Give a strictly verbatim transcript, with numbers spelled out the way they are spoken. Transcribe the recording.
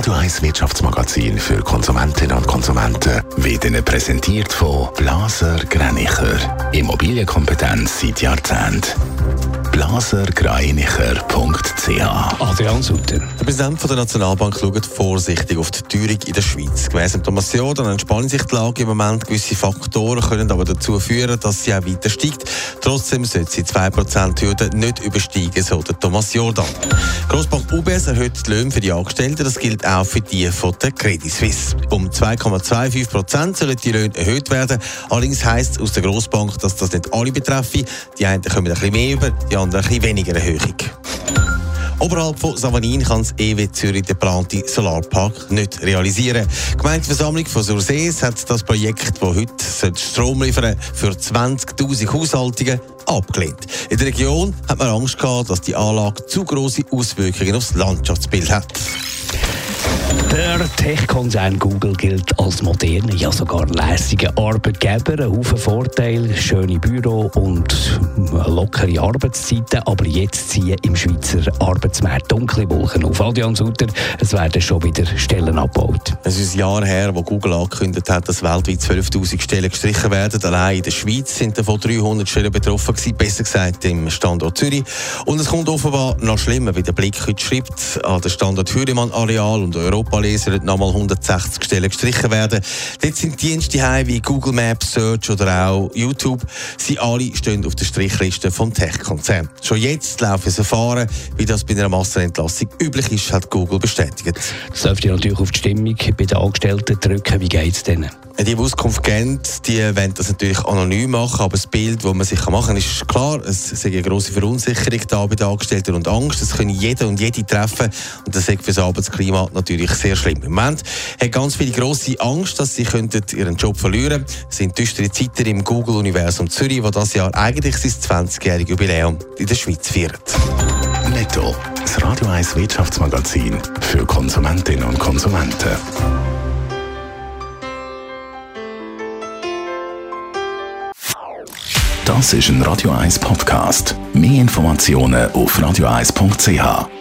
Radio eins Wirtschaftsmagazin für Konsumentinnen und Konsumenten wird Ihnen präsentiert von Blaser Greinicher. Immobilienkompetenz seit Jahrzehnten. blaser greinicher punkt c h. Adrian Sutter. Der Präsident der Nationalbank schaut vorsichtig auf die Teuerung in der Schweiz. Gemäss dem Thomas Jordan entspannt sich die Lage im Moment. Gewisse Faktoren können aber dazu führen, dass sie auch weiter steigt. Trotzdem sollte sie zwei Prozent Hürde nicht übersteigen, so der Thomas Jordan. Grossbank U B S erhöht die Löhne für die Angestellten. Das gilt auch für die von der Credit Suisse. Um zwei Komma fünfundzwanzig Prozent sollen die Löhne erhöht werden. Allerdings heisst es aus der Grossbank, dass das nicht alle betreffe. Die einen kommen ein bisschen mehr über, die anderen ein bisschen weniger Erhöhung. Oberhalb von Savanin kann das E W Zürich den geplanten Solarpark nicht realisieren. Die Gemeindeversammlung von Sursees hat das Projekt, das heute Strom liefern für zwanzigtausend Haushaltungen, abgelehnt. In der Region hat man Angst gehabt, dass die Anlage zu grosse Auswirkungen aufs Landschaftsbild hat. Der Tech-Konzern Google gilt als moderner, ja sogar lässiger Arbeitgeber. Ein Haufen Vorteile, schöne Büro und lockere Arbeitszeiten. Aber jetzt ziehen im Schweizer Arbeitsmarkt dunkle Wolken auf. Adrian Sutter, es werden schon wieder Stellen abgebaut. Es ist ein Jahr her, wo Google angekündigt hat, dass weltweit zwölftausend Stellen gestrichen werden. Allein in der Schweiz sind davon dreihundert Stellen betroffen gewesen, besser gesagt im Standort Zürich. Und es kommt offenbar noch schlimmer, wie der Blick heute schreibt. An der Standort Hürlimann-Areal und Europa sollen nochmal hundertsechzig Stellen gestrichen werden. Dort sind Dienste wie Google Maps, Search oder auch YouTube. Sie alle stehen auf der Strichliste vom Tech-Konzern. Schon jetzt laufen sie Verfahren, wie das bei einer Massenentlassung üblich ist, hat Google bestätigt. Das dürfte natürlich auf die Stimmung bei den Angestellten drücken. Wie geht es denen? Die Auskunft kennt, die wollen das natürlich anonym machen, aber das Bild, das man sich machen kann, ist klar. Es ist eine grosse Verunsicherung da bei den Angestellten und Angst. Das können jeder und jede treffen und das ist für das Arbeitsklima natürlich sehr schlimm. Im Moment haben ganz viele grosse Angst, dass sie ihren Job verlieren könnten. Es sind düstere Zeiten im Google-Universum Zürich, das dieses Jahr eigentlich sein zwanzigjähriges Jubiläum in der Schweiz feiert. Netto, das Radio eins Wirtschaftsmagazin für Konsumentinnen und Konsumenten. Das ist ein Radio eins Podcast. Mehr Informationen auf radio eins punkt c h.